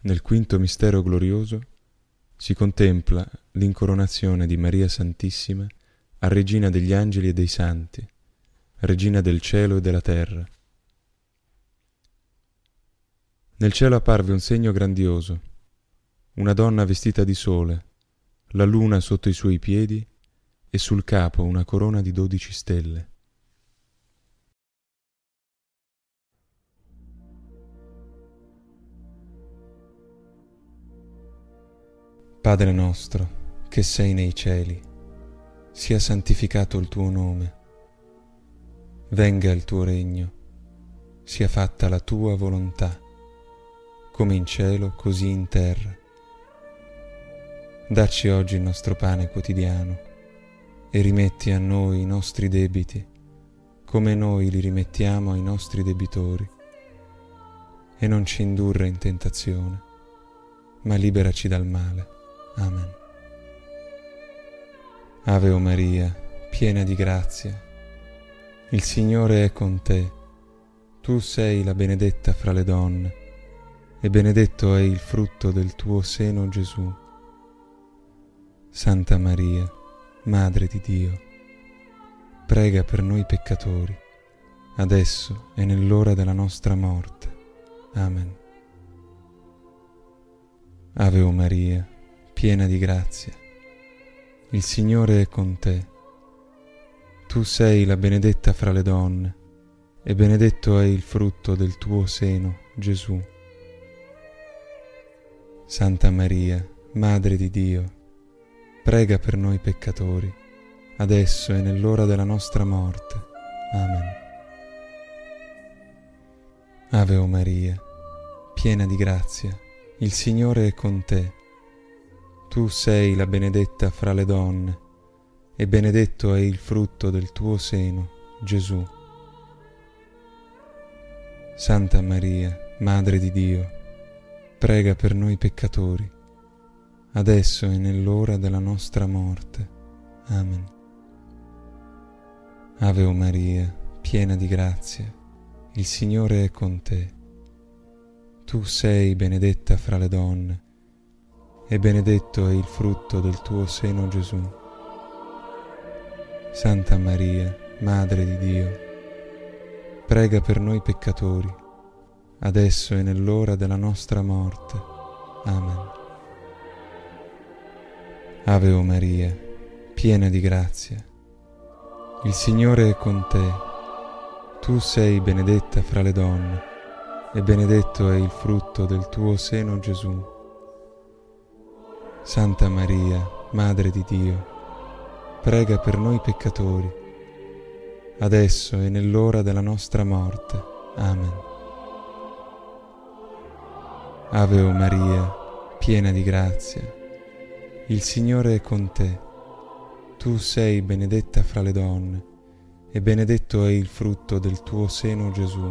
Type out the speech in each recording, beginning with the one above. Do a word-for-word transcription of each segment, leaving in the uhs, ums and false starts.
Nel quinto mistero glorioso si contempla l'incoronazione di Maria Santissima a Regina degli Angeli e dei Santi, Regina del cielo e della terra. Nel cielo apparve un segno grandioso, una donna vestita di sole, la luna sotto i suoi piedi e sul capo una corona di dodici stelle. Padre nostro, che sei nei cieli, sia santificato il tuo nome. Venga il tuo regno, sia fatta la tua volontà, come in cielo così in terra. Dacci oggi il nostro pane quotidiano e rimetti a noi i nostri debiti, come noi li rimettiamo ai nostri debitori. E non ci indurre in tentazione, ma liberaci dal male. Amen. Ave o Maria, piena di grazia, il Signore è con te. Tu sei la benedetta fra le donne, e benedetto è il frutto del tuo seno, Gesù. Santa Maria, Madre di Dio, prega per noi peccatori, adesso e nell'ora della nostra morte. Amen. Ave o Maria, piena di grazia, il Signore è con te. Tu sei la benedetta fra le donne, e benedetto è il frutto del tuo seno, Gesù. Santa Maria, Madre di Dio, prega per noi peccatori, adesso e nell'ora della nostra morte. Amen. Ave o Maria, piena di grazia, il Signore è con te. Tu sei la benedetta fra le donne, e benedetto è il frutto del tuo seno, Gesù. Santa Maria, Madre di Dio, prega per noi peccatori, adesso e nell'ora della nostra morte. Amen. Ave o Maria, piena di grazia, il Signore è con te. Tu sei benedetta fra le donne, e benedetto è il frutto del tuo seno, Gesù. Santa Maria, Madre di Dio, prega per noi peccatori, adesso e nell'ora della nostra morte. Amen. Ave o Maria, piena di grazia, il Signore è con te. Tu sei benedetta fra le donne, e benedetto è il frutto del tuo seno, Gesù. Santa Maria, Madre di Dio, prega per noi peccatori, adesso e nell'ora della nostra morte. Amen. Ave o Maria, piena di grazia, il Signore è con te. Tu sei benedetta fra le donne, e benedetto è il frutto del tuo seno, Gesù.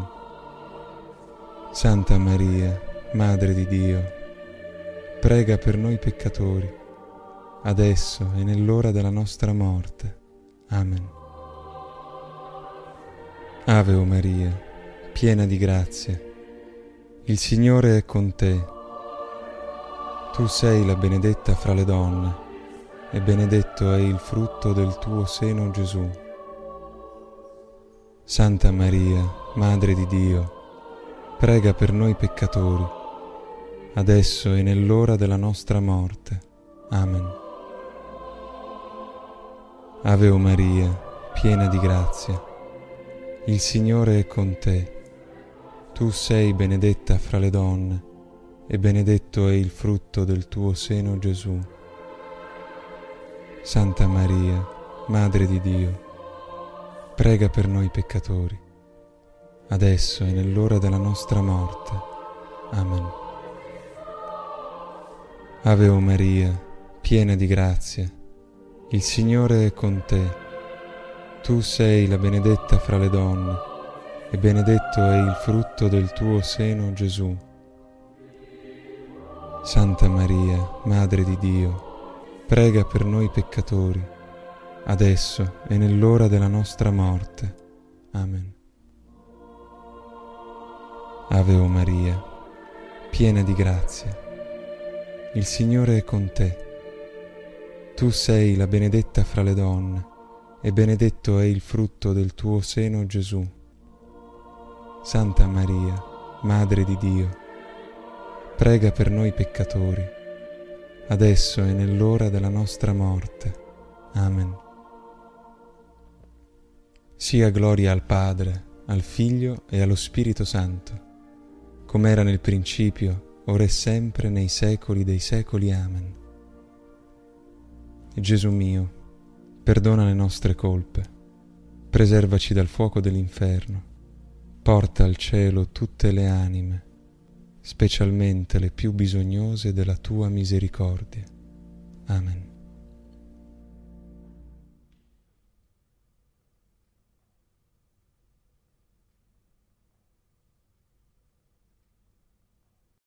Santa Maria, Madre di Dio, prega per noi peccatori, adesso e nell'ora della nostra morte. Amen. Ave o Maria, piena di grazia, il Signore è con te. Tu sei la benedetta fra le donne, e benedetto è il frutto del tuo seno, Gesù. Santa Maria, Madre di Dio, prega per noi peccatori, adesso e nell'ora della nostra morte. Amen. Ave o Maria, piena di grazia, il Signore è con te. Tu sei benedetta fra le donne, e benedetto è il frutto del tuo seno, Gesù. Santa Maria, Madre di Dio, prega per noi peccatori, adesso e nell'ora della nostra morte. Amen. Ave o Maria, piena di grazia, il Signore è con te. Tu sei la benedetta fra le donne, e benedetto è il frutto del tuo seno, Gesù. Santa Maria, Madre di Dio, prega per noi peccatori, adesso e nell'ora della nostra morte. Amen. Ave o Maria, piena di grazia. Il Signore è con te. Tu sei la benedetta fra le donne, e benedetto è il frutto del tuo seno, Gesù. Santa Maria, Madre di Dio, prega per noi peccatori, adesso e nell'ora della nostra morte. Amen. Sia gloria al Padre, al Figlio e allo Spirito Santo, come era nel principio, ora e sempre, nei secoli dei secoli. Amen. Gesù mio, perdona le nostre colpe, preservaci dal fuoco dell'inferno, porta al cielo tutte le anime, specialmente le più bisognose della tua misericordia. Amen.